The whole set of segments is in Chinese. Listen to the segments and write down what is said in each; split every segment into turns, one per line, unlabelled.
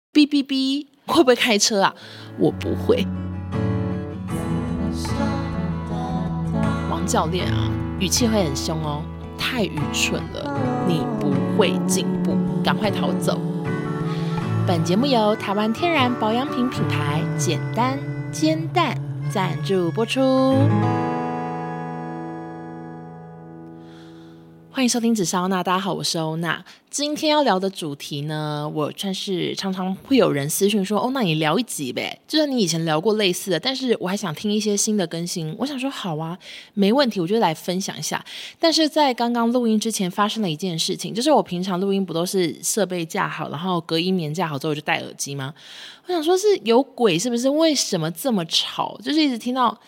哔哔哔，会不会开车啊？我不会。王教练啊，语气会很凶哦，太愚蠢了，你不会进步，赶快逃走。本节目由台湾天然保养品品牌简单煎蛋赞助播出。欢迎收听紫砂欧娜，大家好，我是欧娜。今天要聊的主题呢，我算是常常会有人私讯说，欧娜你聊一集呗，就算你以前聊过类似的，但是我还想听一些新的更新。我想说好啊，没问题，我就来分享一下。但是在刚刚录音之前发生了一件事情，就是我平常录音不都是设备架好，然后隔音棉架好之后我就戴耳机吗？我想说是有鬼是不是？为什么这么吵？就是一直听到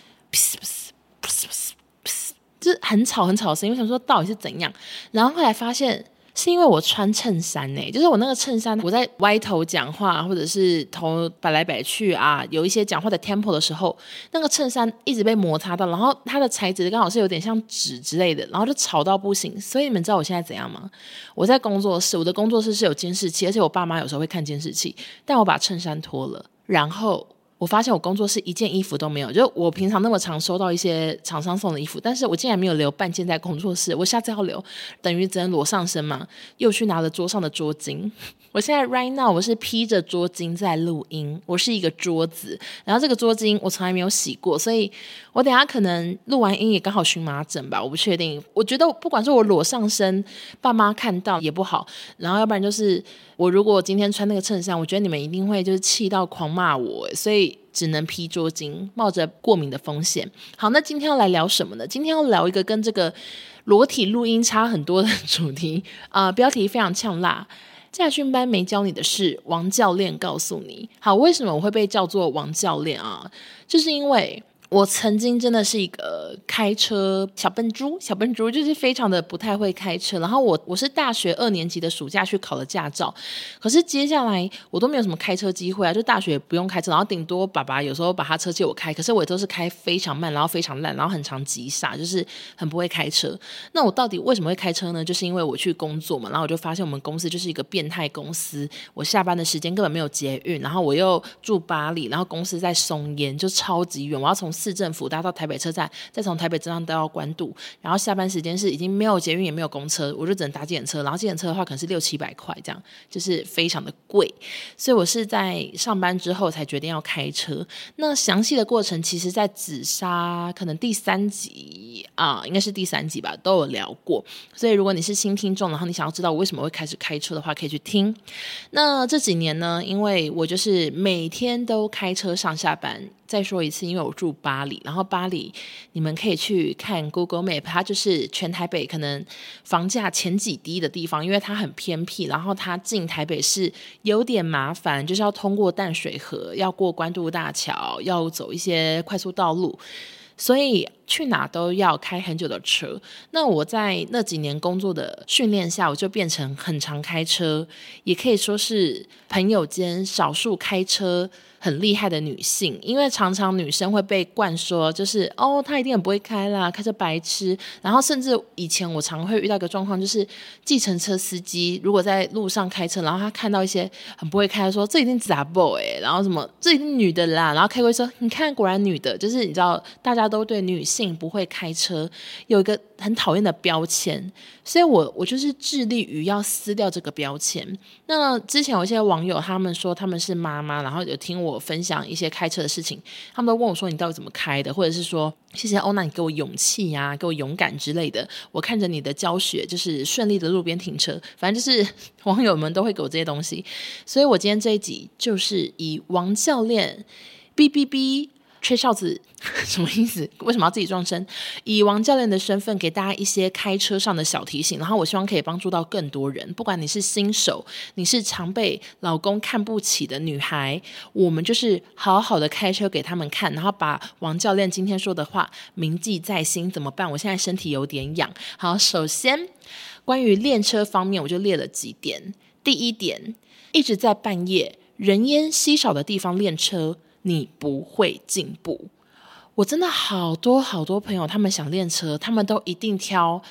就是很吵很吵的声音，我想说到底是怎样，然后后来发现是因为我穿衬衫就是我那个衬衫，我在歪头讲话或者是头摆来摆去啊，有一些讲话的 tempo 的时候，那个衬衫一直被摩擦到，然后它的材质刚好是有点像纸之类的，然后就吵到不行。所以你们知道我现在怎样吗？我在工作室，我的工作室是有监视器，而且我爸妈有时候会看监视器，但我把衬衫脱了，然后我发现我工作室一件衣服都没有，就我平常那么常收到一些厂商送的衣服，但是我竟然没有留半件在工作室，我下次要留，等于只能裸上身嘛，又去拿了桌上的桌巾。我现在 right now 我是披着桌巾在录音，我是一个桌子，然后这个桌巾我从来没有洗过，所以我等一下可能录完音也刚好荨麻疹吧，我不确定。我觉得不管是我裸上身，爸妈看到也不好，然后要不然就是我如果今天穿那个衬衫，我觉得你们一定会就是气到狂骂我，所以只能披桌巾，冒着过敏的风险。好，那今天要来聊什么呢？今天要聊一个跟这个裸体录音差很多的主题标题非常呛辣。驾训班没教你的事，王教练告诉你。好，为什么我会被叫做王教练啊？就是因为我曾经真的是一个开车小笨猪，就是非常的不太会开车。然后我是大学2年级的暑假去考了驾照，可是接下来我都没有什么开车机会啊，就大学不用开车，然后顶多爸爸有时候把他车借我开，可是我也都是开非常慢，然后非常烂，然后很常急刹，就是很不会开车。那我到底为什么会开车呢？就是因为我去工作嘛，然后我就发现我们公司就是一个变态公司，我下班的时间根本没有捷运，然后我又住巴黎，然后公司在松烟，就超级远，我要从市政府搭到台北车站，再从台北车站搭到关渡，然后下班时间是已经没有捷运也没有公车，我就只能搭计程车，然后计程车的话可能是600-700块这样，就是非常的贵。所以我是在上班之后才决定要开车。那详细的过程其实在紫砂可能第3集应该是第3集吧，都有聊过。所以如果你是新听众，然后你想要知道我为什么会开始开车的话，可以去听。那这几年呢，因为我就是每天都开车上下班。再说一次，因为我住巴黎，然后巴黎你们可以去看 Google Map， 它就是全台北可能房价前几低的地方，因为它很偏僻，然后它进台北市有点麻烦，就是要通过淡水河，要过关渡大桥，要走一些快速道路，所以去哪都要开很久的车。那我在那几年工作的训练下，我就变成很常开车，也可以说是朋友间少数开车很厉害的女性。因为常常女生会被灌说就是她一定很不会开啦，开车白痴。然后甚至以前我常会遇到一个状况，就是计程车司机如果在路上开车，然后他看到一些很不会开，说这一定杂某然后什么这一定女的啦，然后开会说你看果然女的，就是你知道大家都对女性不会开车有一个很讨厌的标签，所以我就是致力于要撕掉这个标签。那之前有一些网友他们说他们是妈妈，然后有听我分享一些开车的事情，他们都问我说你到底怎么开的，或者是说谢谢欧娜你给我勇气啊，给我勇敢之类的，我看着你的教学就是顺利的路边停车，反正就是网友们都会给我这些东西。所以我今天这一集就是以王教练哔哔哔吹哨子什么意思？为什么要自己撞声？以王教练的身份给大家一些开车上的小提醒，然后我希望可以帮助到更多人，不管你是新手，你是常被老公看不起的女孩，我们就是好好的开车给他们看，然后把王教练今天说的话铭记在心。怎么办？我现在身体有点痒。好，首先关于练车方面我就列了几点。第一点，一直在半夜人烟稀少的地方练车，你不会进步。我真的好多朋友他们想练车，他们都一定挑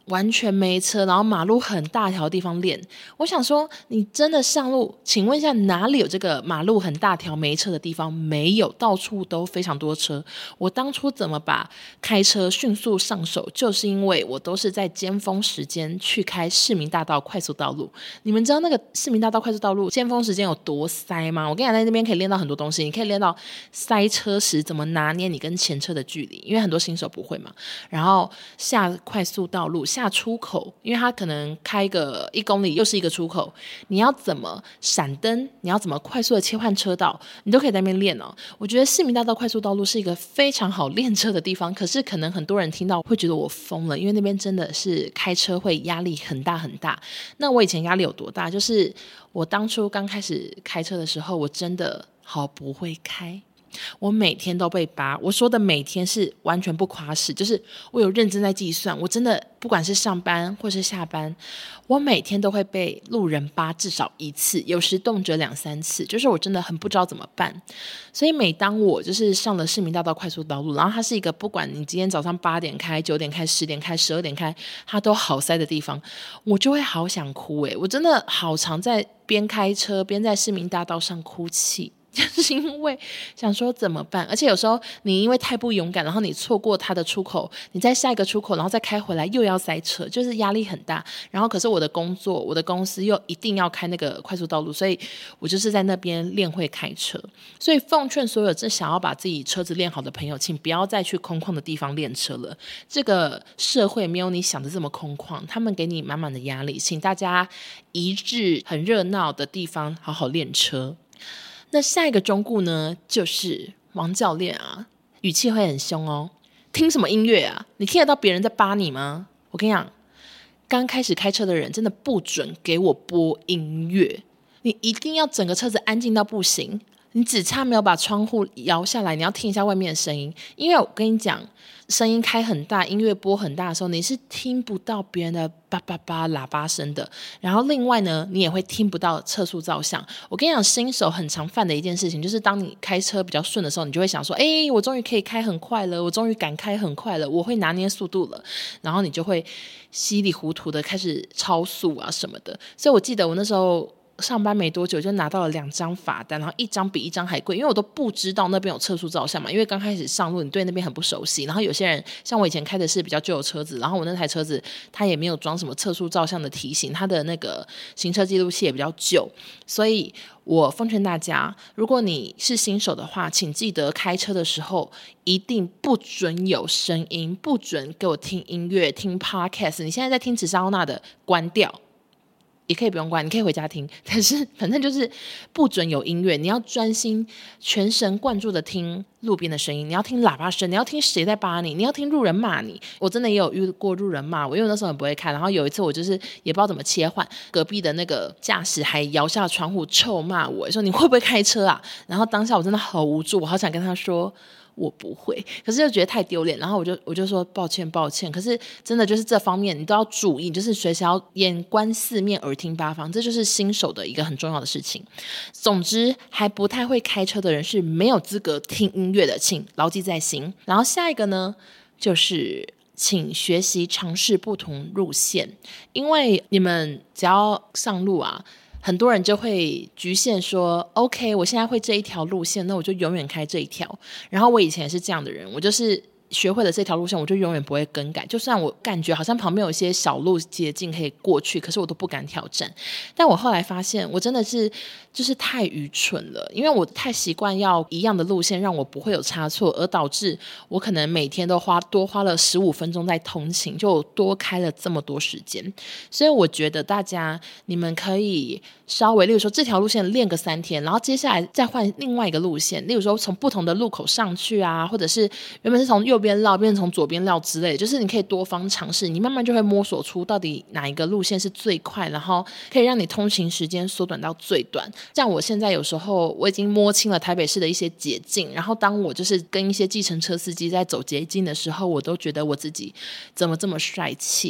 完全没车，然后马路很大条的地方练。我想说你真的上路，请问一下哪里有这个马路很大条没车的地方？没有，到处都非常多车。我当初怎么把开车迅速上手，就是因为我都是在尖峰时间去开市民大道快速道路。你们知道那个市民大道快速道路尖峰时间有多塞吗？我跟你讲，在那边可以练到很多东西，你可以练到塞车时怎么拿捏你跟前车的距离，因为很多新手不会嘛。然后下快速道路下出口，因为它可能开个1公里又是一个出口，你要怎么闪灯，你要怎么快速的切换车道，你都可以在那边练哦。我觉得市民大道快速道路是一个非常好练车的地方，可是可能很多人听到会觉得我疯了，因为那边真的是开车会压力很大很大。那我以前压力有多大？就是我当初刚开始开车的时候，我真的好不会开，我每天都被扒。我说的每天是完全不夸饰，就是我有认真在计算，我真的不管是上班或是下班，我每天都会被路人扒至少1次，有时动辄2、3次，就是我真的很不知道怎么办。所以每当我就是上了市民大道快速道路，然后它是一个不管你今天早上8点开、9点开、10点开、12点开，它都好塞的地方，我就会好想哭我真的好常在边开车边在市民大道上哭泣，就是因为想说怎么办。而且有时候你因为太不勇敢，然后你错过它的出口，你在下一个出口然后再开回来又要塞车，就是压力很大。然后可是我的工作我的公司又一定要开那个快速道路，所以我就是在那边练会开车。所以奉劝所有正想要把自己车子练好的朋友，请不要再去空旷的地方练车了，这个社会没有你想的这么空旷，他们给你满满的压力，请大家移至很热闹的地方好好练车。那下一个忠告呢，就是王教练啊，语气会很凶哦。听什么音乐啊？你听得到别人在扒你吗？我跟你讲，刚开始开车的人真的不准给我播音乐，你一定要整个车子安静到不行，你只差没有把窗户摇下来，你要听一下外面的声音。因为我跟你讲，声音开很大，音乐播很大的时候，你是听不到别人的叭叭叭喇叭声的。然后另外呢，你也会听不到测速照相。我跟你讲，新手很常犯的一件事情，就是当你开车比较顺的时候，你就会想说，我终于可以开很快了，我终于敢开很快了，我会拿捏速度了。然后你就会稀里糊涂的开始超速啊什么的。所以我记得我那时候上班没多久就拿到了2张罚单，然后1张比1张还贵，因为我都不知道那边有测速照相嘛，因为刚开始上路你对那边很不熟悉。然后有些人像我以前开的是比较旧的车子，然后我那台车子它也没有装什么测速照相的提醒，它的那个行车记录器也比较旧。所以我奉劝大家，如果你是新手的话，请记得开车的时候一定不准有声音，不准给我听音乐听 podcast。 你现在在听紫砂欧娜的关掉，也可以不用关，你可以回家听，但是反正就是不准有音乐，你要专心全神贯注的听路边的声音，你要听喇叭声，你要听谁在扒你，你要听路人骂你。我真的也有遇过路人骂我，因为那时候很不会开，然后有一次我就是也不知道怎么切换，隔壁的那个驾驶还摇下窗户臭骂我，说你会不会开车啊？然后当下我真的好无助，我好想跟他说我不会，可是又觉得太丢脸，然后我就说抱歉。可是真的就是这方面你都要注意，就是随时要眼观四面耳听八方，这就是新手的一个很重要的事情。总之还不太会开车的人是没有资格听音乐的，请牢记在心。然后下一个呢，就是请学习尝试不同路线，因为你们只要上路啊，很多人就会局限说 OK 我现在会这一条路线，那我就永远开这一条。然后我以前也是这样的人，我就是学会了这条路线我就永远不会更改，就算我感觉好像旁边有一些小路捷径可以过去，可是我都不敢挑战。但我后来发现我真的是就是太愚蠢了，因为我太习惯要一样的路线让我不会有差错，而导致我可能每天都多花了15分钟在通勤，就多开了这么多时间。所以我觉得大家你们可以稍微例如说这条路线练个3天，然后接下来再换另外一个路线，例如说从不同的路口上去啊，或者是原本是从右边绕变成从左边绕之类的，就是你可以多方尝试，你慢慢就会摸索出到底哪一个路线是最快，然后可以让你通勤时间缩短到最短。像我现在有时候我已经摸清了台北市的一些捷径，然后当我就是跟一些计程车司机在走捷径的时候，我都觉得我自己怎么这么帅气。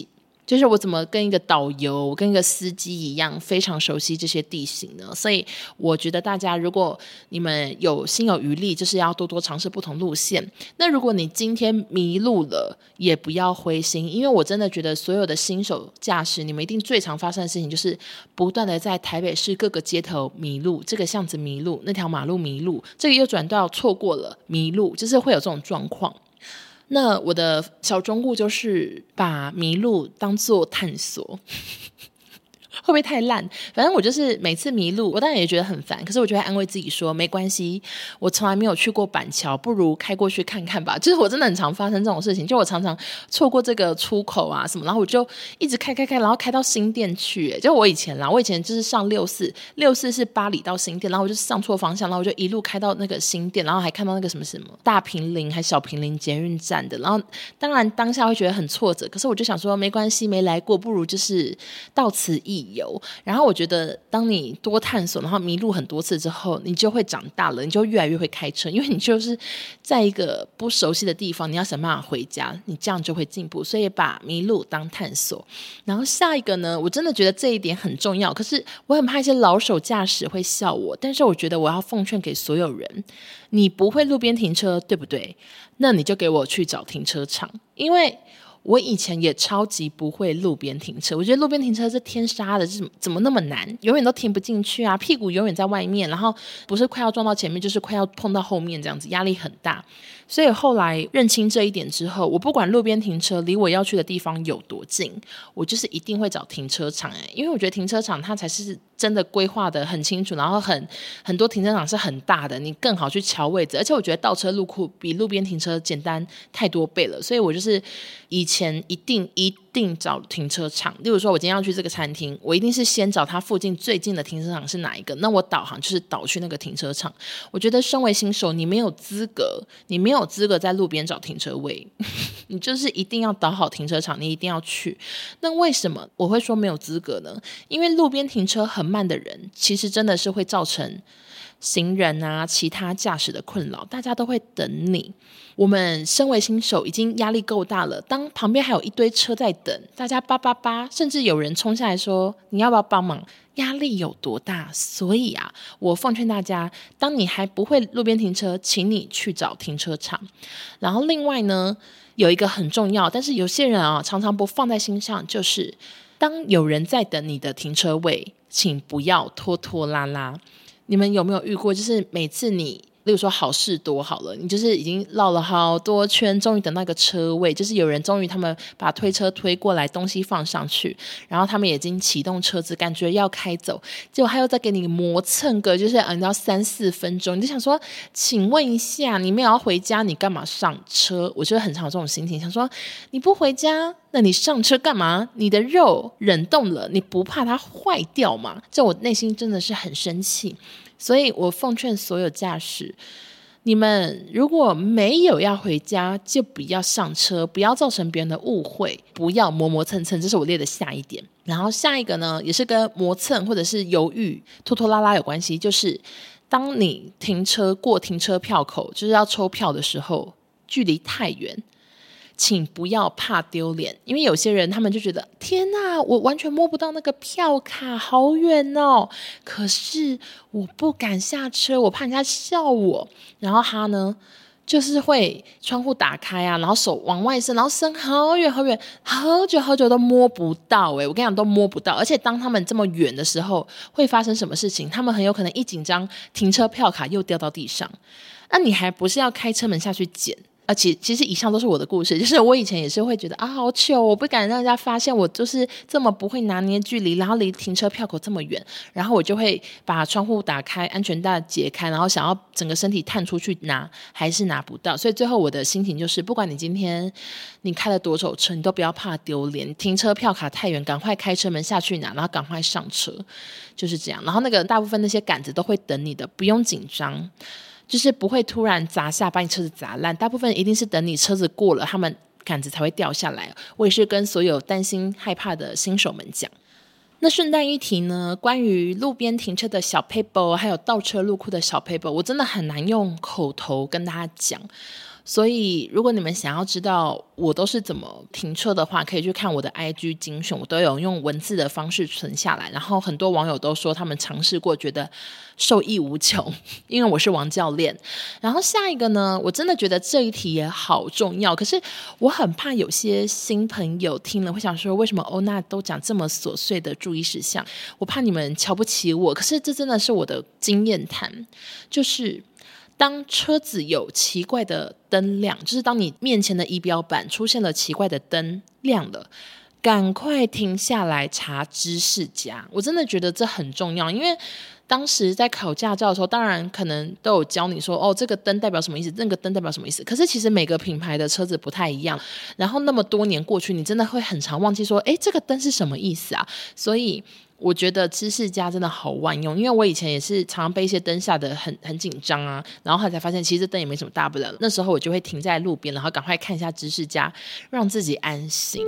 就是我怎么跟一个导游跟一个司机一样非常熟悉这些地形呢？所以我觉得大家如果你们有心有余力，就是要多多尝试不同路线。那如果你今天迷路了也不要灰心，因为我真的觉得所有的新手驾驶你们一定最常发生的事情就是不断的在台北市各个街头迷路，这个巷子迷路，那条马路迷路，这个右转道错过了迷路，就是会有这种状况。那我的小忠告就是把迷路当作探索会不会太烂？反正我就是每次迷路我当然也觉得很烦，可是我就会安慰自己说没关系，我从来没有去过板桥，不如开过去看看吧。就是我真的很常发生这种事情，就我常常错过这个出口啊什么，然后我就一直开，然后开到新店去。就我以前就是上64是巴黎到新店，然后我就上错方向，然后我就一路开到那个新店，然后还看到那个什么大坪林还小坪林捷运站的，然后当然当下会觉得很挫折，可是我就想说没关系，没来过不如就是到此一游。然后我觉得当你多探索，然后迷路很多次之后，你就会长大了，你就越来越会开车，因为你就是在一个不熟悉的地方，你要想办法回家，你这样就会进步。所以把迷路当探索。然后下一个呢，我真的觉得这一点很重要，可是我很怕一些老手驾驶会笑我，但是我觉得我要奉劝给所有人，你不会路边停车对不对？那你就给我去找停车场。因为我以前也超级不会路边停车，我觉得路边停车是天杀的，怎么那么难，永远都停不进去啊，屁股永远在外面，然后不是快要撞到前面就是快要碰到后面，这样子压力很大。所以后来认清这一点之后，我不管路边停车离我要去的地方有多近，我就是一定会找停车场。因为我觉得停车场它才是真的规划的很清楚，然后很多停车场是很大的，你更好去调位置，而且我觉得倒车入库比路边停车简单太多倍了。所以我就是以前一定找停车场。例如说我今天要去这个餐厅，我一定是先找它附近最近的停车场是哪一个，那我导航就是导去那个停车场。我觉得身为新手，你没有资格在路边找停车位你就是一定要导好停车场，你一定要去。那为什么我会说没有资格呢？因为路边停车很慢的人其实真的是会造成行人啊其他驾驶的困扰，大家都会等你。我们身为新手已经压力够大了，当旁边还有一堆车在等，大家叭叭叭，甚至有人冲下来说你要不要帮忙，压力有多大？所以啊，我奉劝大家，当你还不会路边停车，请你去找停车场。然后另外呢，有一个很重要，但是有些人啊常常不放在心上，就是当有人在等你的停车位，请不要拖拖拉拉。你们有没有遇过，就是每次你例如说好事多好了，你就是已经绕了好多圈，终于等到一个车位，就是有人终于他们把推车推过来，东西放上去，然后他们已经启动车子，感觉要开走，结果他又再给你磨蹭个就是你要3-4分钟，你就想说请问一下，你没有要回家，你干嘛上车？我觉得很常有这种心情，想说你不回家，那你上车干嘛？你的肉冷冻了，你不怕它坏掉吗？这我内心真的是很生气。所以我奉劝所有驾驶，你们如果没有要回家，就不要上车，不要造成别人的误会，不要磨磨蹭蹭，这是我列的下一点。然后下一个呢，也是跟磨蹭或者是犹豫拖拖拉拉有关系，就是当你停车过停车票口，就是要抽票的时候，距离太远，请不要怕丢脸。因为有些人他们就觉得天哪，我完全摸不到那个票卡，好远哦，可是我不敢下车，我怕人家笑我。然后他呢就是会窗户打开啊，然后手往外伸，然后伸好远好远，好久好久都摸不到。我跟你讲都摸不到。而且当他们这么远的时候会发生什么事情？他们很有可能一紧张，停车票卡又掉到地上，那你还不是要开车门下去捡？其实以上都是我的故事，就是我以前也是会觉得啊好糗，我不敢让人家发现我就是这么不会拿捏距离，然后离停车票口这么远，然后我就会把窗户打开，安全带解开，然后想要整个身体探出去拿，还是拿不到。所以最后我的心情就是，不管你今天你开了多久车，你都不要怕丢脸，停车票卡太远，赶快开车门下去拿，然后赶快上车，就是这样。然后那个大部分那些杆子都会等你的，不用紧张，就是不会突然砸下把你车子砸烂，大部分一定是等你车子过了，他们杆子才会掉下来。我也是跟所有担心害怕的新手们讲。那顺带一提呢，关于路边停车的小 paper 还有倒车入库的小 paper， 我真的很难用口头跟大家讲， 所以如果你们想要知道我都是怎么停车的话，可以去看我的 IG 精选，我都有用文字的方式存下来，然后很多网友都说他们尝试过觉得受益无穷，因为我是王教练。然后下一个呢，我真的觉得这一题也好重要，可是我很怕有些新朋友听了会想说，为什么欧娜都讲这么琐碎的注意事项，我怕你们瞧不起我，可是这真的是我的经验谈，就是当车子有奇怪的灯亮，就是当你面前的仪表板出现了奇怪的灯亮了，赶快停下来查知识家。我真的觉得这很重要，因为当时在考驾照的时候，当然可能都有教你说，这个灯代表什么意思，那个灯代表什么意思，可是其实每个品牌的车子不太一样，然后那么多年过去，你真的会很常忘记说，这个灯是什么意思啊。所以我觉得知识家真的好万用，因为我以前也是常常被一些灯吓得很紧张啊，然后后来才发现其实灯也没什么大不了，那时候我就会停在路边，然后赶快看一下知识家，让自己安心。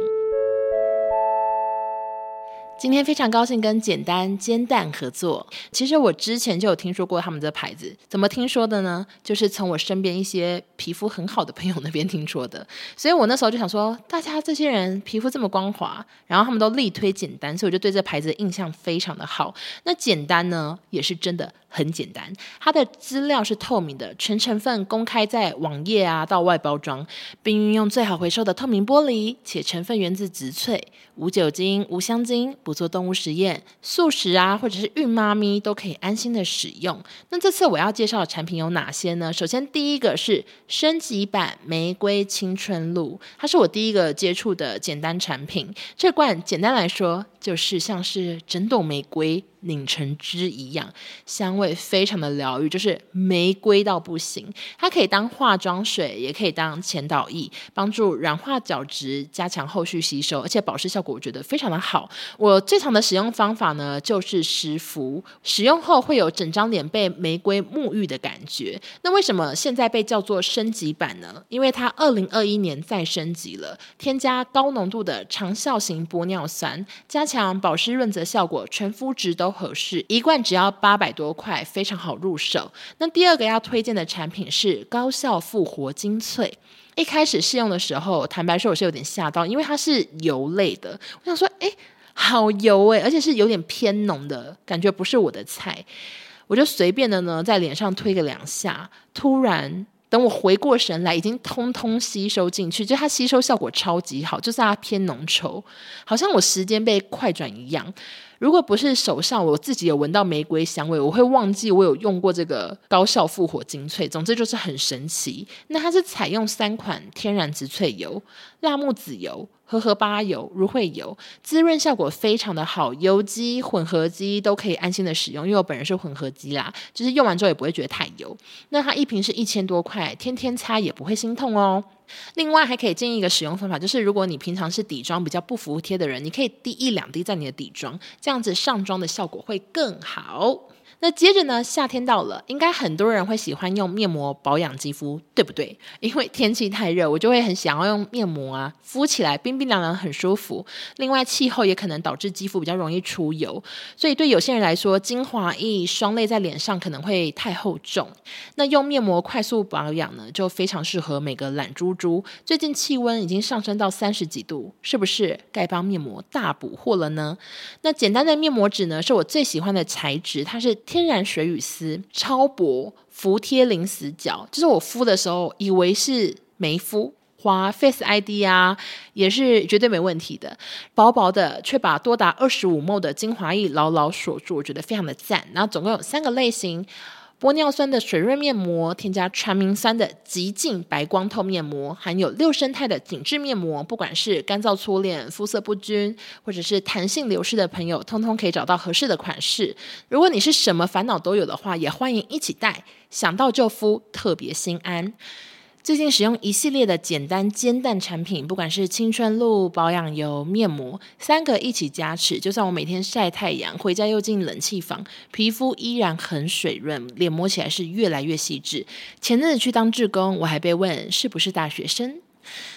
今天非常高兴跟简单煎蛋合作，其实我之前就有听说过他们的牌子，怎么听说的呢？就是从我身边一些皮肤很好的朋友那边听说的，所以我那时候就想说，大家这些人皮肤这么光滑，然后他们都力推简单，所以我就对这牌子的印象非常的好。那简单呢，也是真的很简单，它的资料是透明的，全成分公开在网页啊到外包装，并运用最好回收的透明玻璃，且成分源自植萃，无酒精无香精，不做动物实验，素食啊或者是孕妈咪都可以安心的使用。那这次我要介绍的产品有哪些呢？首先第一个是升级版玫瑰青春露，它是我第一个接触的简单产品。这罐简单来说就是像是整朵玫瑰拧成汁一样，香味非常的疗愈，就是玫瑰到不行。它可以当化妆水，也可以当前导液，帮助软化角质，加强后续吸收，而且保湿效果我觉得非常的好。我最常的使用方法呢就是湿敷，使用后会有整张脸被玫瑰沐浴的感觉。那为什么现在被叫做升级版呢？因为它2021年再升级了，添加高浓度的长效型玻尿酸，加强保湿润泽效果，全肤质都合适，一罐只要800多块，非常好入手。那第二个要推荐的产品是高效复活精粹。一开始试用的时候，坦白说我是有点吓到，因为它是油类的，我想说好油而且是有点偏浓的感觉，不是我的菜。我就随便的呢在脸上推个2下，突然等我回过神来，已经通通吸收进去，就它吸收效果超级好，就是它偏浓稠，好像我时间被快转一样。如果不是手上我自己有闻到玫瑰香味，我会忘记我有用过这个高效复活精粹。总之就是很神奇。那它是采用3款天然植萃油，辣木籽油、荷荷巴油、芦荟油，滋润效果非常的好，油肌混合肌都可以安心的使用，因为我本人是混合肌啦，就是用完之后也不会觉得太油。那它一瓶是1000多块，天天擦也不会心痛哦。另外还可以建议一个使用方法，就是如果你平常是底妆比较不服帖的人，你可以滴1-2滴在你的底妆，这样子上妆的效果会更好。那接着呢，夏天到了，应该很多人会喜欢用面膜保养肌肤，对不对？因为天气太热，我就会很想要用面膜啊，敷起来冰冰凉凉很舒服。另外气候也可能导致肌肤比较容易出油，所以对有些人来说，精华液、霜类在脸上可能会太厚重。那用面膜快速保养呢，就非常适合每个懒猪猪。最近气温已经上升到30几度，是不是该帮面膜大补货了呢？那简单的面膜纸呢，是我最喜欢的材质，它是天然水羽丝，超薄，服帖零死角。就是我敷的时候以为是没敷，滑 Face ID 啊也是绝对没问题的，薄薄的却把多达25ml 的精华液牢牢锁住，我觉得非常的赞。然后总共有3个类型，玻尿酸的水润面膜，添加传明酸的极净白光透面膜，含有6生态的紧致面膜，不管是干燥粗脸、肤色不均或者是弹性流失的朋友，通通可以找到合适的款式。如果你是什么烦恼都有的话，也欢迎一起带，想到就敷，特别心安。最近使用一系列的简单煎蛋产品，不管是青春露、保养油、面膜，3个一起加持，就算我每天晒太阳，回家又进冷气房，皮肤依然很水润，脸摸起来是越来越细致。前阵子去当志工，我还被问是不是大学生。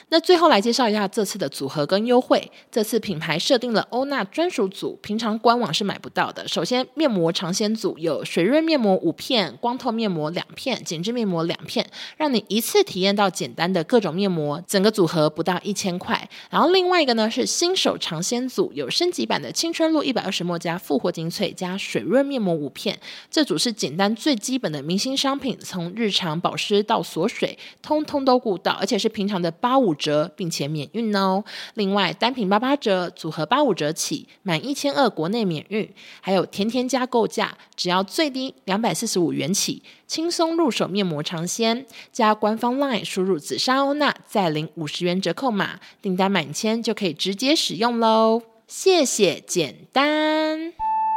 那最后来介绍一下这次的组合跟优惠。这次品牌设定了欧娜专属组，平常官网是买不到的。首先面膜尝鲜组有水润面膜5片，光透面膜2片，紧致面膜2片，让你一次体验到简单的各种面膜，整个组合不到1000块。然后另外一个呢是新手尝鲜组，有升级版的青春露120ml加复活精粹加水润面膜5片，这组是简单最基本的明星商品，从日常保湿到锁水通通都顾到，而且是平常的85折，并且免运哦。另外单品88折，组合85折起，满1200国内免运，还有甜甜加购价，只要最低245元起，轻松入手面膜尝鲜，加官方 LINE 输入紫砂欧娜，再领50元折扣码，订单满1000就可以直接使用咯。谢谢简单。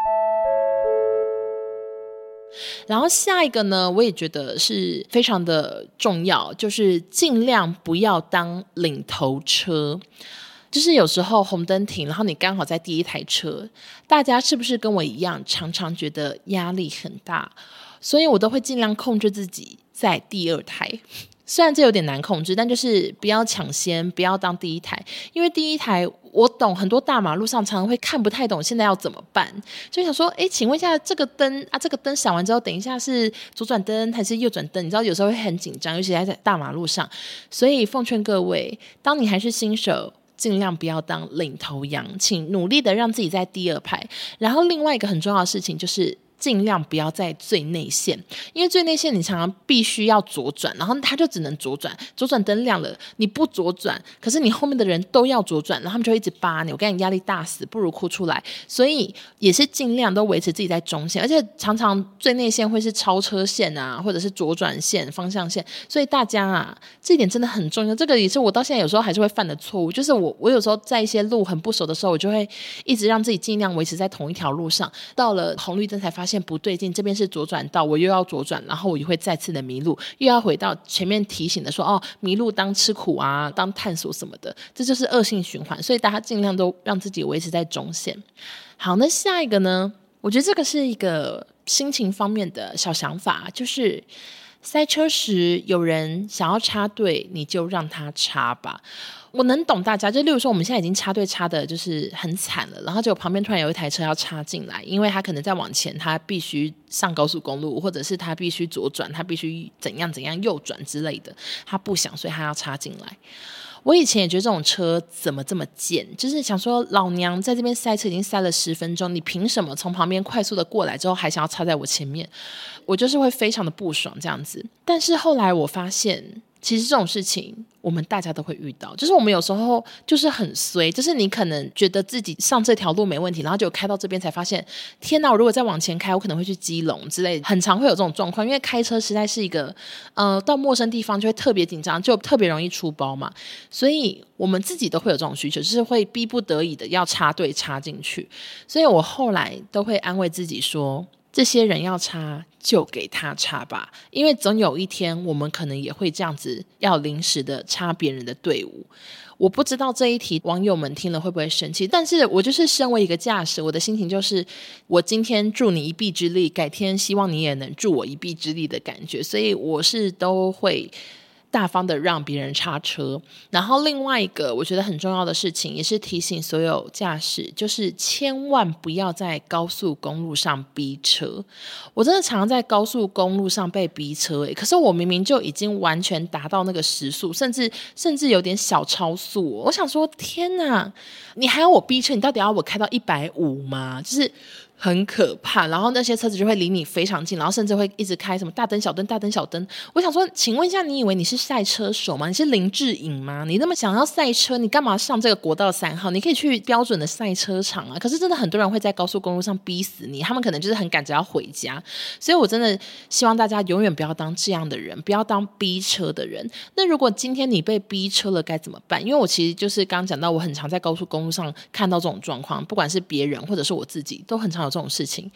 然后下一个呢，我也觉得是非常的重要，就是尽量不要当领头车。就是有时候红灯停，然后你刚好在第一台车，大家是不是跟我一样常常觉得压力很大？所以我都会尽量控制自己在第二台。虽然这有点难控制，但就是不要抢先，不要当第一台。因为第一台我懂，很多大马路上常常会看不太懂现在要怎么办，就想说请问一下这个灯啊，这个灯闪完之后等一下是左转灯还是右转灯，你知道有时候会很紧张，尤其在大马路上。所以奉劝各位，当你还是新手，尽量不要当领头羊，请努力的让自己在第二排。然后另外一个很重要的事情就是尽量不要在最内线，因为最内线你常常必须要左转，然后他就只能左转，左转灯亮了你不左转，可是你后面的人都要左转，然后他们就会一直扒你，我跟你压力大死，不如哭出来。所以也是尽量都维持自己在中线，而且常常最内线会是超车线啊，或者是左转线方向线，所以大家啊这一点真的很重要。这个也是我到现在有时候还是会犯的错误，就是我有时候在一些路很不熟的时候，我就会一直让自己尽量维持在同一条路上，到了红绿灯才发现不对劲，这边是左转道，我又要左转，然后我又会再次的迷路，又要回到前面提醒的说迷路当吃苦啊，当探索什么的，这就是恶性循环。所以大家尽量都让自己维持在中线。好，那下一个呢，我觉得这个是一个心情方面的小想法，就是塞车时有人想要插队，你就让他插吧。我能懂大家，就例如说我们现在已经插队插的就是很惨了，然后结果旁边突然有一台车要插进来，因为他可能在往前，他必须上高速公路，或者是他必须左转，他必须怎样怎样右转之类的，他不想，所以他要插进来。我以前也觉得这种车怎么这么贱，就是想说老娘在这边塞车已经塞了10分钟，你凭什么从旁边快速的过来之后还想要插在我前面？我就是会非常的不爽这样子。但是后来我发现其实这种事情我们大家都会遇到，就是我们有时候就是很衰，就是你可能觉得自己上这条路没问题，然后就开到这边才发现天哪，我如果再往前开我可能会去基隆之类的，很常会有这种状况。因为开车实在是一个到陌生地方就会特别紧张，就特别容易出包嘛，所以我们自己都会有这种需求，就是会逼不得已的要插队插进去。所以我后来都会安慰自己说，这些人要插就给他插吧，因为总有一天我们可能也会这样子要临时的插别人的队伍。我不知道这一题网友们听了会不会生气，但是我就是身为一个驾驶，我的心情就是我今天助你一臂之力，改天希望你也能助我一臂之力的感觉，所以我是都会大方的让别人插车。然后另外一个我觉得很重要的事情，也是提醒所有驾驶，就是千万不要在高速公路上逼车。我真的常常在高速公路上被逼车可是我明明就已经完全达到那个时速，甚至有点小超速我想说天哪，你还要我逼车？你到底要我开到150吗？就是很可怕。然后那些车子就会离你非常近，然后甚至会一直开什么大灯小灯大灯小灯。我想说请问一下，你以为你是赛车手吗？你是林志颖吗？你那么想要赛车，你干嘛上这个国道3号？你可以去标准的赛车场啊。可是真的很多人会在高速公路上逼死你，他们可能就是很赶着要回家。所以我真的希望大家永远不要当这样的人，不要当逼车的人。那如果今天你被逼车了该怎么办？因为我其实就是刚刚讲到，我很常在高速公路上看到这种状况，不管是别人或者是我自己都很常有这种事情。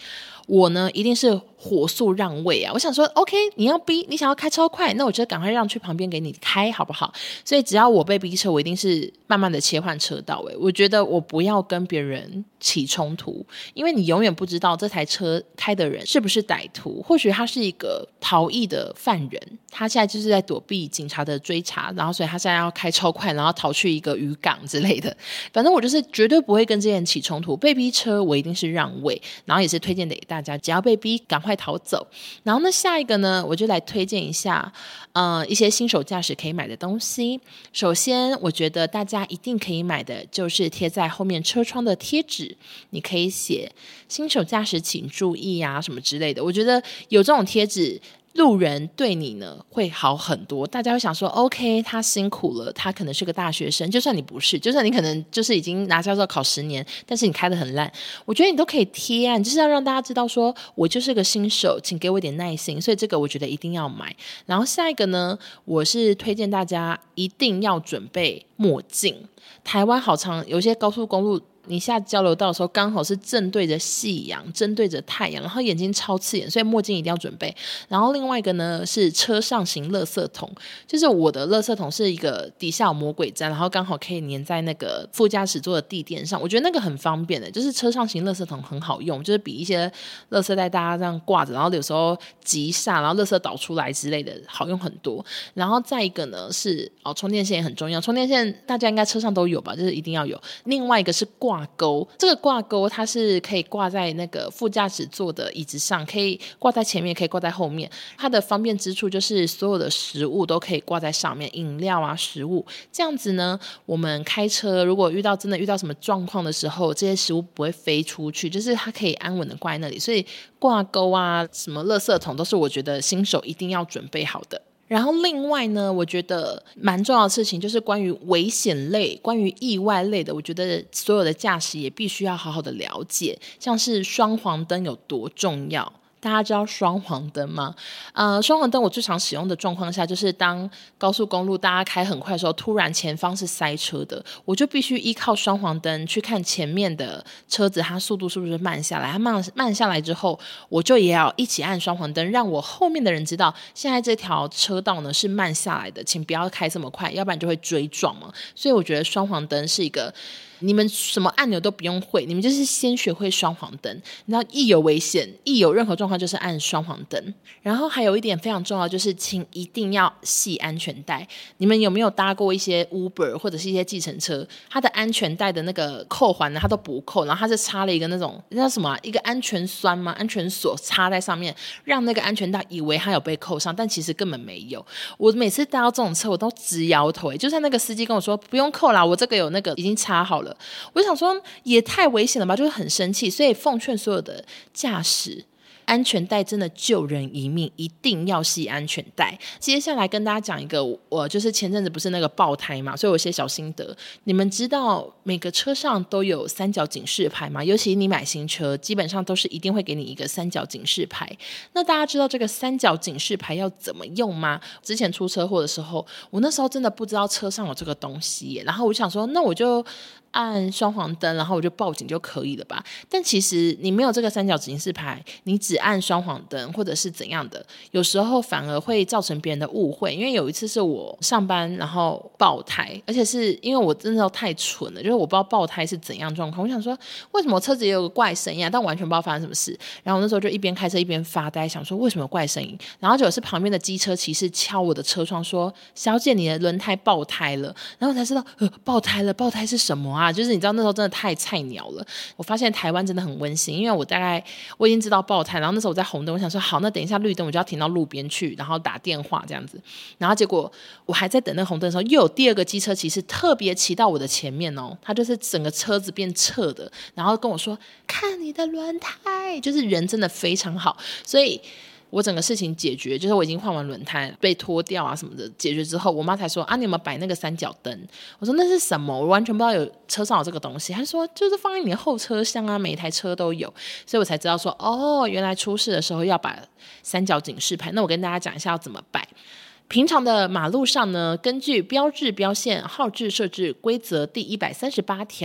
我呢一定是火速让位啊，我想说 OK 你要逼，你想要开超快，那我就赶快让去旁边给你开好不好？所以只要我被逼车，我一定是慢慢的切换车道。我觉得我不要跟别人起冲突，因为你永远不知道这台车开的人是不是歹徒，或许他是一个逃逸的犯人，他现在就是在躲避警察的追查，然后所以他现在要开超快，然后逃去一个渔港之类的。反正我就是绝对不会跟这些人起冲突，被逼车我一定是让位，然后也是推荐给大家，只要被逼赶快逃走。然后呢，下一个呢，我就来推荐一下一些新手驾驶可以买的东西。首先我觉得大家一定可以买的就是贴在后面车窗的贴纸，你可以写新手驾驶请注意啊什么之类的。我觉得有这种贴纸，路人对你呢会好很多，大家会想说 OK 他辛苦了，他可能是个大学生，就算你不是，就算你可能就是已经拿驾照考10年，但是你开得很烂，我觉得你都可以贴啊，你就是要让大家知道说我就是个新手，请给我一点耐心，所以这个我觉得一定要买。然后下一个呢，我是推荐大家一定要准备墨镜。台湾好常有些高速公路你下交流道的时候刚好是正对着夕阳，正对着太阳，然后眼睛超刺眼，所以墨镜一定要准备。然后另外一个呢是车上型垃圾桶，就是我的垃圾桶是一个底下有魔鬼毡，然后刚好可以粘在那个副驾驶座的地垫上，我觉得那个很方便的，就是车上型垃圾桶很好用，就是比一些垃圾袋大家这样挂着，然后有时候急刹然后垃圾倒出来之类的好用很多。然后再一个呢是充电线也很重要，充电线大家应该车上都有吧，就是一定要有。另外一个是挂钩，这个挂钩它是可以挂在那个副驾驶座的椅子上，可以挂在前面，可以挂在后面。它的方便之处就是所有的食物都可以挂在上面，饮料啊食物，这样子呢我们开车如果真的遇到什么状况的时候，这些食物不会飞出去，就是它可以安稳的挂在那里。所以挂钩啊什么垃圾桶都是我觉得新手一定要准备好的。然后另外呢，我觉得蛮重要的事情就是关于危险类、关于意外类的，我觉得所有的驾驶也必须要好好的了解，像是双黄灯有多重要。大家知道双黄灯吗？双黄灯我最常使用的状况下，就是当高速公路大家开很快的时候，突然前方是塞车的，我就必须依靠双黄灯去看前面的车子它速度是不是慢下来，它慢下来之后，我就也要一起按双黄灯，让我后面的人知道现在这条车道呢是慢下来的，请不要开这么快，要不然就会追撞嘛。所以我觉得双黄灯是一个你们什么按钮都不用会，你们就是先学会双黄灯，然后一有危险一有任何状况就是按双黄灯。然后还有一点非常重要，就是请一定要系安全带。你们有没有搭过一些 Uber 或者是一些计程车，它的安全带的那个扣环呢它都不扣，然后它是插了一个那种叫什么一个安全栓吗？安全锁插在上面，让那个安全带以为它有被扣上，但其实根本没有。我每次搭到这种车我都直摇头，就算那个司机跟我说不用扣啦，我这个有那个已经插好了，我就想说也太危险了吧，就是很生气。所以奉劝所有的驾驶，安全带真的救人一命，一定要系安全带。接下来跟大家讲一个，我就是前阵子不是那个爆胎嘛，所以我有些小心得。你们知道每个车上都有三角警示牌吗？尤其你买新车基本上都是一定会给你一个三角警示牌。那大家知道这个三角警示牌要怎么用吗？之前出车祸的时候，我那时候真的不知道车上有这个东西耶，然后我就想说那我就按双黄灯，然后我就报警就可以了吧。但其实你没有这个三角警示牌，你只按双黄灯或者是怎样的，有时候反而会造成别人的误会。因为有一次是我上班然后爆胎，而且是因为我真的太蠢了，就是我不知道爆胎是怎样状况，我想说为什么我车子也有个怪声音啊，但我完全不知道发生什么事。然后我那时候就一边开车一边发呆，想说为什么有怪声音，然后就是旁边的机车骑士敲我的车窗说小姐你的轮胎爆胎了，然后我才知道爆胎了，爆胎是什么啊？就是你知道那时候真的太菜鸟了。我发现台湾真的很温馨，因为我已经知道爆胎，然后那时候我在红灯，我想说好，那等一下绿灯我就要停到路边去，然后打电话这样子。然后结果我还在等那个红灯的时候，又有第二个机车骑士特别骑到我的前面哦，他就是整个车子变侧的，然后跟我说看你的轮胎，就是人真的非常好。所以我整个事情解决，就是我已经换完轮胎被脱掉啊什么的解决之后，我妈才说啊你有没有摆那个三角灯？我说那是什么？我完全不知道有车上有这个东西。她说就是放在你的后车厢啊，每一台车都有。所以我才知道说哦，原来出事的时候要摆三角警示牌。那我跟大家讲一下要怎么摆。平常的马路上呢，根据标志标线号志设置规则第138条，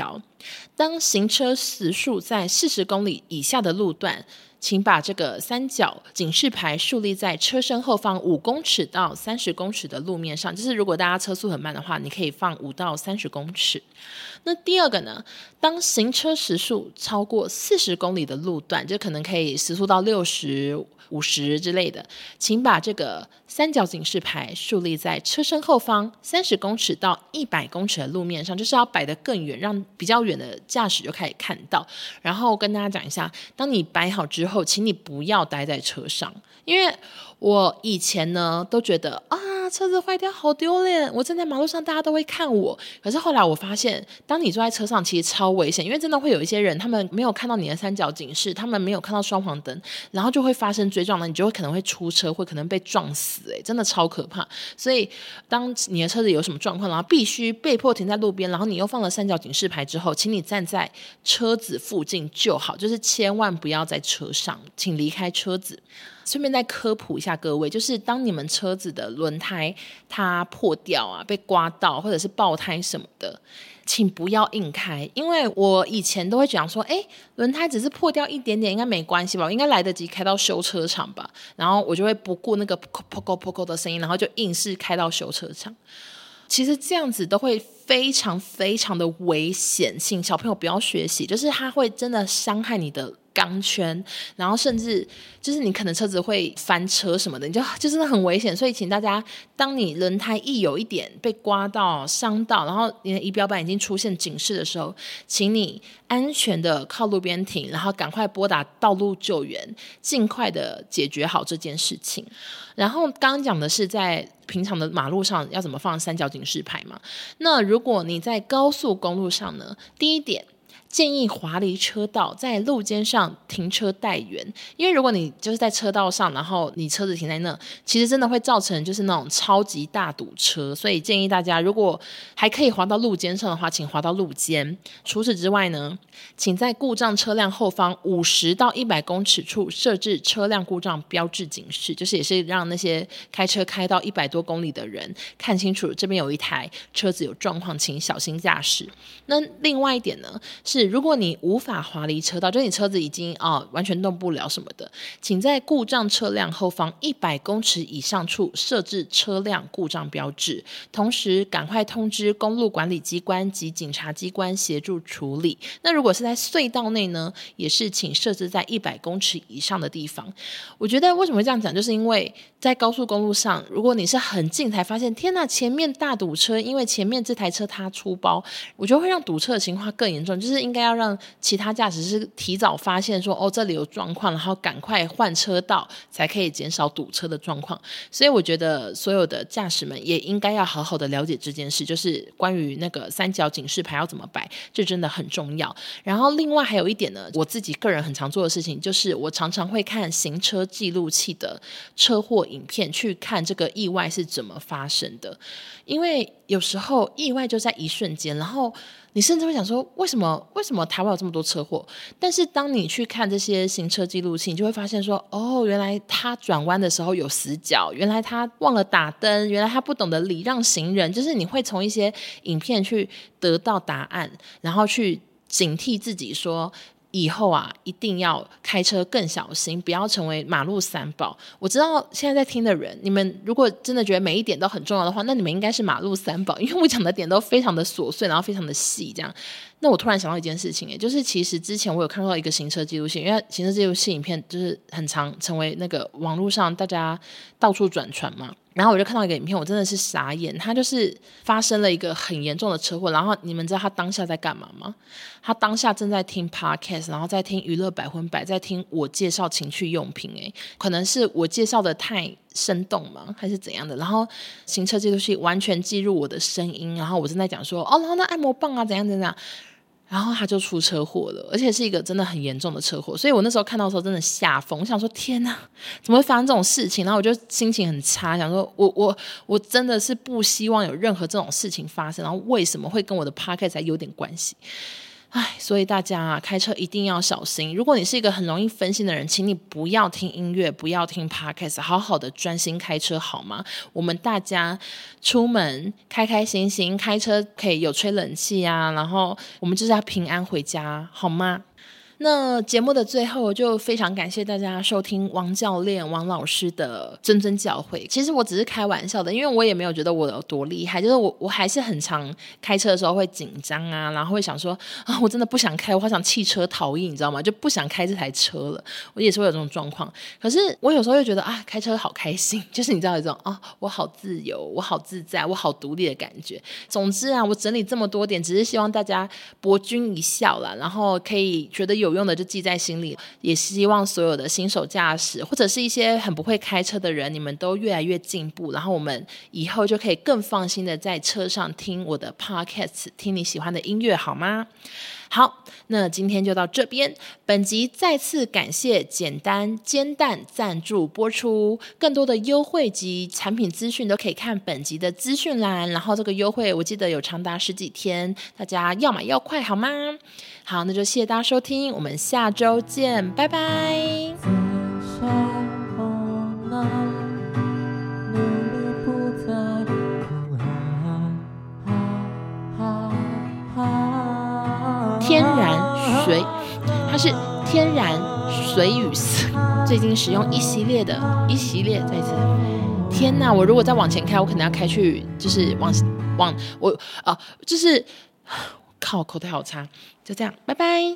当行车时速在40公里以下的路段，请把这个三角警示牌竖立在车身后方5公尺到30公尺的路面上，就是如果大家车速很慢的话，你可以放5到30公尺。那第二个呢，当行车时速超过40公里的路段，就可能可以时速到60、50之类的，请把这个三角警示牌竖立在车身后方30公尺到100公尺的路面上，就是要摆得更远，让比较远的驾驶就可以看到。然后跟大家讲一下，当你摆好之后，请你不要待在车上，因为我以前呢都觉得车子坏掉好丢脸，我站在马路上大家都会看我。可是后来我发现，当你坐在车上其实超危险，因为真的会有一些人他们没有看到你的三角警示，他们没有看到双黄灯，然后就会发生追撞了，你就会可能会出车祸，可能被撞死，真的超可怕。所以当你的车子有什么状况，然后必须被迫停在路边，然后你又放了三角警示牌之后，请你站在车子附近就好，就是千万不要在车上，请离开车子。顺便再科普一下各位，就是当你们车子的轮胎它破掉啊，被刮到或者是爆胎什么的，请不要硬开。因为我以前都会讲说轮胎只是破掉一点点应该没关系吧，我应该来得及开到修车厂吧，然后我就会不顾那个噗的声音，然后就硬是开到修车厂。其实这样子都会非常非常的危险，请小朋友不要学习，就是它会真的伤害你的钢圈，然后甚至就是你可能车子会翻车什么的，就真的很危险。所以请大家，当你轮胎一有一点被刮到伤到，然后你的仪表板已经出现警示的时候，请你安全的靠路边停，然后赶快拨打道路救援，尽快的解决好这件事情。然后刚刚讲的是在平常的马路上要怎么放三角警示牌嘛，那如果你在高速公路上呢，第一点建议滑离车道，在路肩上停车待援，因为如果你就是在车道上，然后你车子停在那，其实真的会造成就是那种超级大堵车，所以建议大家如果还可以滑到路肩上的话，请滑到路肩。除此之外呢，请在故障车辆后方50到100公尺处设置车辆故障标志警示，就是也是让那些开车开到100多公里的人看清楚这边有一台车子有状况，请小心驾驶。那另外一点呢，是如果你无法滑离车道，就是你车子已经完全动不了什么的，请在故障车辆后方100公尺以上处设置车辆故障标志，同时赶快通知公路管理机关及警察机关协助处理。那如果是在隧道内呢，也是请设置在100公尺以上的地方。我觉得为什么会这样讲，就是因为在高速公路上，如果你是很近才发现天哪前面大堵车，因为前面这台车它出包，我觉得会让堵车的情况更严重，就是应该要让其他驾驶是提早发现说这里有状况，然后赶快换车道，才可以减少堵车的状况。所以我觉得所有的驾驶们也应该要好好的了解这件事，就是关于那个三角警示牌要怎么摆，这真的很重要。然后另外还有一点呢，我自己个人很常做的事情，就是我常常会看行车记录器的车祸影片，去看这个意外是怎么发生的。因为有时候意外就在一瞬间，然后你甚至会想说为什么台湾有这么多车祸，但是当你去看这些行车记录器，你就会发现说原来他转弯的时候有死角，原来他忘了打灯，原来他不懂得礼让行人，就是你会从一些影片去得到答案，然后去警惕自己说以后一定要开车更小心，不要成为马路三宝。我知道现在在听的人，你们如果真的觉得每一点都很重要的话，那你们应该是马路三宝，因为我讲的点都非常的琐碎，然后非常的细这样。那我突然想到一件事情，就是其实之前我有看到一个行车记录器，因为行车记录器影片就是很常成为那个网络上大家到处转传嘛，然后我就看到一个影片，我真的是傻眼，他就是发生了一个很严重的车祸，然后你们知道他当下在干嘛吗？他当下正在听 podcast， 然后在听娱乐百分百，在听我介绍情趣用品，可能是我介绍的太生动吗还是怎样的，然后行车记录器完全记录我的声音，然后我正在讲说然后那按摩棒怎样怎样，然后他就出车祸了，而且是一个真的很严重的车祸。所以我那时候看到的时候真的吓疯，我想说天哪，怎么会发生这种事情？然后我就心情很差，想说我真的是不希望有任何这种事情发生，然后为什么会跟我的 podcast 还有点关系所以大家啊，开车一定要小心。如果你是一个很容易分心的人，请你不要听音乐，不要听 podcast， 好好的专心开车好吗？我们大家出门开开心心，开车可以有吹冷气啊，然后我们就是要平安回家好吗？那节目的最后就非常感谢大家收听王教练王老师的谆谆教诲。其实我只是开玩笑的，因为我也没有觉得我有多厉害，就是我还是很常开车的时候会紧张啊，然后会想说我真的不想开，我好想弃车逃逸，你知道吗？就不想开这台车了，我也是会有这种状况。可是我有时候又觉得开车好开心，就是你知道有这种我好自由，我好自在，我好独立的感觉。总之啊，我整理这么多点，只是希望大家博君一笑啦，然后可以觉得有用的就记在心里，也希望所有的新手驾驶或者是一些很不会开车的人，你们都越来越进步，然后我们以后就可以更放心的在车上听我的 podcast， 听你喜欢的音乐好吗？好，那今天就到这边。本集再次感谢简单煎蛋赞助播出，更多的优惠及产品资讯都可以看本集的资讯栏，然后这个优惠我记得有长达10几天，大家要买要快好吗？好，那就谢谢大家收听，我们下周见，拜拜。天然水，它是天然水与色，最近使用一系列，再一次。天哪！我如果再往前开，我可能要开去，就是往我就是靠口袋好差，就这样，拜拜。